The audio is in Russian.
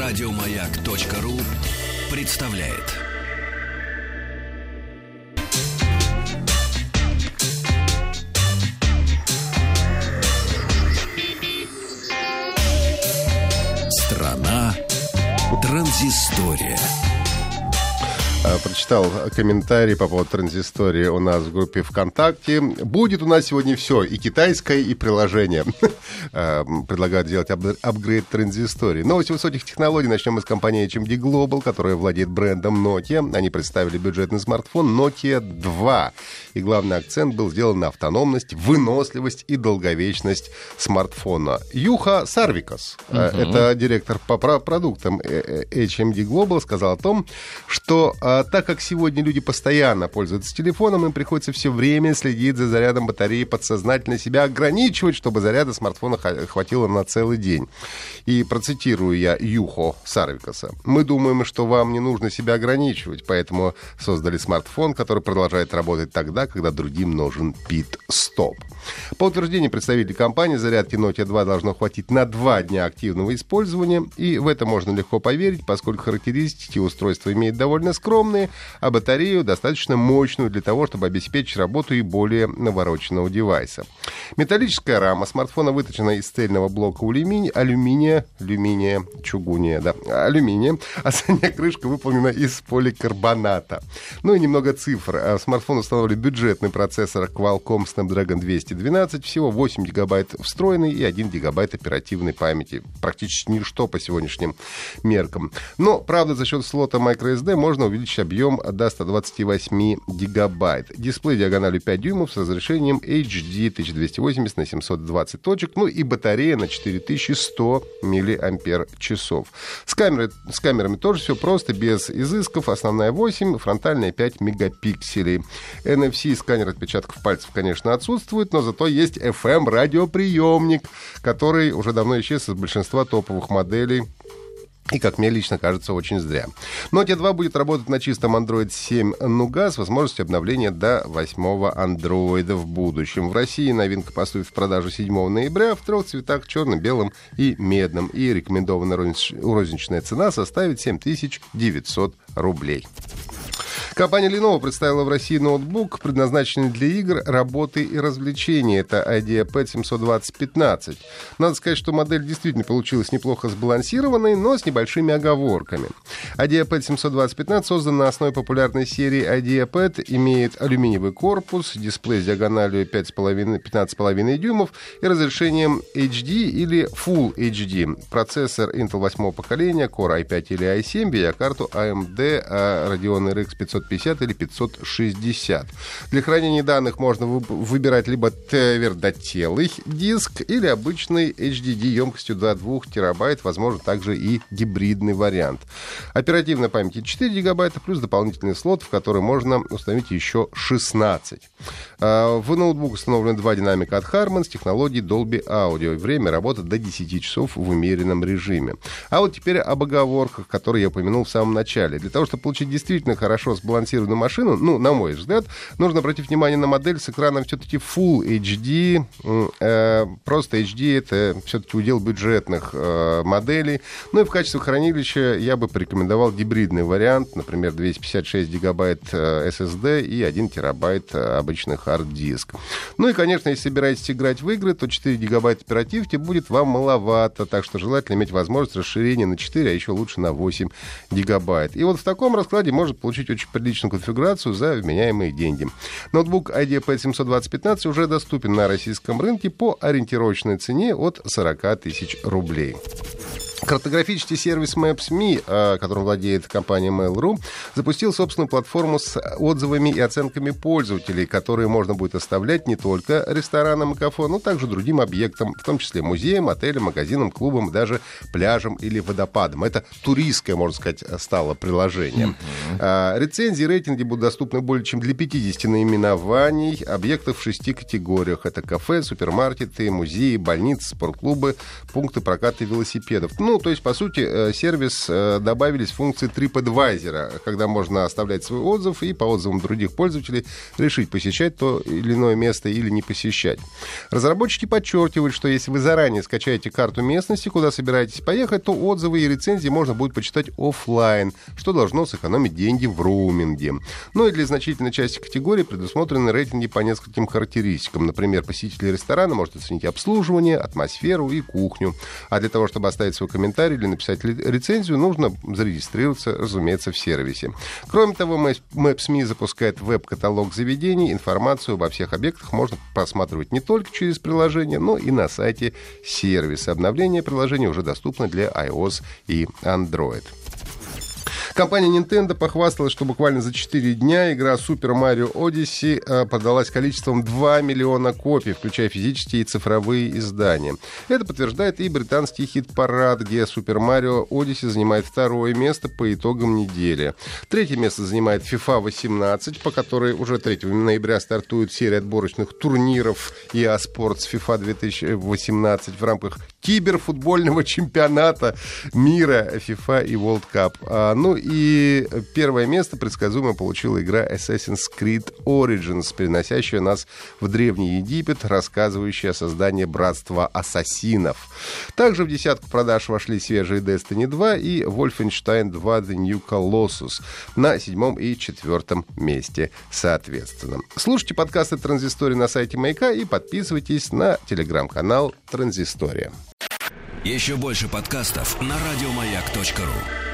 Радиомаяк.ру представляет. Страна транзистория. Прочитал комментарий по поводу транзистории у нас в группе ВКонтакте. Будет у нас сегодня все, и китайское, и приложение. Предлагают сделать апгрейд транзистории. Новости высоких технологий. Начнем мы с компании HMD Global, которая владеет брендом Nokia. Они представили бюджетный смартфон Nokia 2. И главный акцент был сделан на автономность, выносливость и долговечность смартфона. Юха Сарвикас, это директор по продуктам HMD Global, сказал о том, что так как сегодня люди постоянно пользуются телефоном, им приходится все время следить за зарядом батареи, подсознательно себя ограничивать, чтобы заряда смартфона хватило на целый день. И процитирую я Юхо Сарвикаса. «Мы думаем, что вам не нужно себя ограничивать, поэтому создали смартфон, который продолжает работать тогда, когда другим нужен пит-стоп». По утверждению представителей компании, зарядки Nokia 2 должно хватить на 2 дня активного использования, и в это можно легко поверить, поскольку характеристики устройства имеют довольно скромные, а батарею достаточно мощную для того, чтобы обеспечить работу и более навороченного девайса. Металлическая рама смартфона выточена из цельного блока алюминия, а задняя крышка выполнена из поликарбоната. Ну и немного цифр. В смартфон установлен бюджетный процессор Qualcomm Snapdragon 212, всего 8 гигабайт встроенной и 1 гигабайт оперативной памяти. Практически ничто по сегодняшним меркам. Но, правда, за счет слота microSD можно увеличить объем до 128 гигабайт. Дисплей диагональю 5 дюймов с разрешением HD 1280 на 720 точек, ну и батарея на 4100 мАч. С камерами тоже все просто, без изысков. Основная 8, фронтальная 5 мегапикселей. NFC сканер отпечатков пальцев, конечно, отсутствует, но зато есть FM-радиоприемник, который уже давно исчез из большинства топовых моделей. И, как мне лично кажется, очень зря. Nokia 2 будет работать на чистом Android 7 Nougat с возможностью обновления до 8-го Android в будущем. В России новинка поступит в продажу 7 ноября в 3 цветах: черным, белым и медным. И рекомендованная розничная цена составит 7900 рублей. Компания Lenovo представила в России ноутбук, предназначенный для игр, работы и развлечений. Это IdeaPad 720-15. Надо сказать, что модель действительно получилась неплохо сбалансированной, но с небольшими оговорками. IdeaPad 720-15 создан на основе популярной серии IdeaPad, имеет алюминиевый корпус, дисплей с диагональю 15,5 дюймов и разрешением HD или Full HD. Процессор Intel 8 поколения, Core i5 или i7, видеокарту AMD Radeon RX 550 или 560. Для хранения данных можно выбирать либо твердотелый диск или обычный HDD емкостью до 2 терабайт, возможно, также и гибридный вариант. Оперативной памяти 4 гигабайта плюс дополнительный слот, в который можно установить еще 16. В ноутбук установлены 2 динамика от Harman с технологией Dolby Audio. Время работы до 10 часов в умеренном режиме. А вот теперь об оговорках, которые я упомянул в самом начале. Для того, чтобы получить действительно хорошо сбалансированную машину, на мой взгляд, нужно обратить внимание на модель с экраном все-таки Full HD. Просто HD — это все-таки удел бюджетных моделей. Ну и в качестве хранилища я бы порекомендовал гибридный вариант, например, 256 гигабайт SSD и 1 терабайт обычный хард-диск. Ну и, конечно, если собираетесь играть в игры, то 4 гигабайта оперативки будет вам маловато, так что желательно иметь возможность расширения на 4, а еще лучше на 8 гигабайт. И вот в таком раскладе можно получить очень приличную конфигурацию за вменяемые деньги. Ноутбук IdeaPad 720-15 уже доступен на российском рынке по ориентировочной цене от 40 тысяч рублей. Картографический сервис Maps.me, которым владеет компания Mail.ru, запустил собственную платформу с отзывами и оценками пользователей, которые можно будет оставлять не только ресторанам и кафе, но также другим объектам, в том числе музеям, отелям, магазинам, клубам, даже пляжам или водопадам. Это туристское, можно сказать, стало приложением. Рецензии и рейтинги будут доступны более чем для 50 наименований объектов в 6 категориях. Это кафе, супермаркеты, музеи, больницы, спортклубы, пункты проката велосипедов. Ну, то есть, по сути, сервис добавились функции TripAdvisor, когда можно оставлять свой отзыв и по отзывам других пользователей решить, посещать то или иное место или не посещать. Разработчики подчеркивают, что если вы заранее скачаете карту местности, куда собираетесь поехать, то отзывы и рецензии можно будет почитать офлайн, что должно сэкономить деньги в роуминге. Ну и для значительной части категории предусмотрены рейтинги по нескольким характеристикам. Например, посетитель ресторана может оценить обслуживание, атмосферу и кухню. А для того, чтобы оставить свой комментарий или написать рецензию, нужно зарегистрироваться, разумеется, в сервисе. Кроме того, Maps.me запускает веб-каталог заведений. Информацию обо всех объектах можно просматривать не только через приложение, но и на сайте сервиса. Обновление приложения уже доступно для iOS и Android. Компания Nintendo похвасталась, что буквально за 4 дня игра Super Mario Odyssey продалась количеством 2 миллиона копий, включая физические и цифровые издания. Это подтверждает и британский хит-парад, где Super Mario Odyssey занимает 2-е место по итогам недели. 3-е место занимает FIFA 18, по которой уже 3 ноября стартует серия отборочных турниров EA Sports FIFA 2018 в рамках киберфутбольного чемпионата мира FIFA и World Cup. Ну и 1-е место предсказуемо получила игра Assassin's Creed Origins, переносящая нас в Древний Египет, рассказывающая о создании братства ассасинов. Также в десятку продаж вошли свежие Destiny 2 и Wolfenstein 2 The New Colossus на 7-м и 4-м месте соответственно. Слушайте подкасты «Транзистория» на сайте Маяка и подписывайтесь на телеграм-канал «Транзистория». Еще больше подкастов на радиомаяк.ру.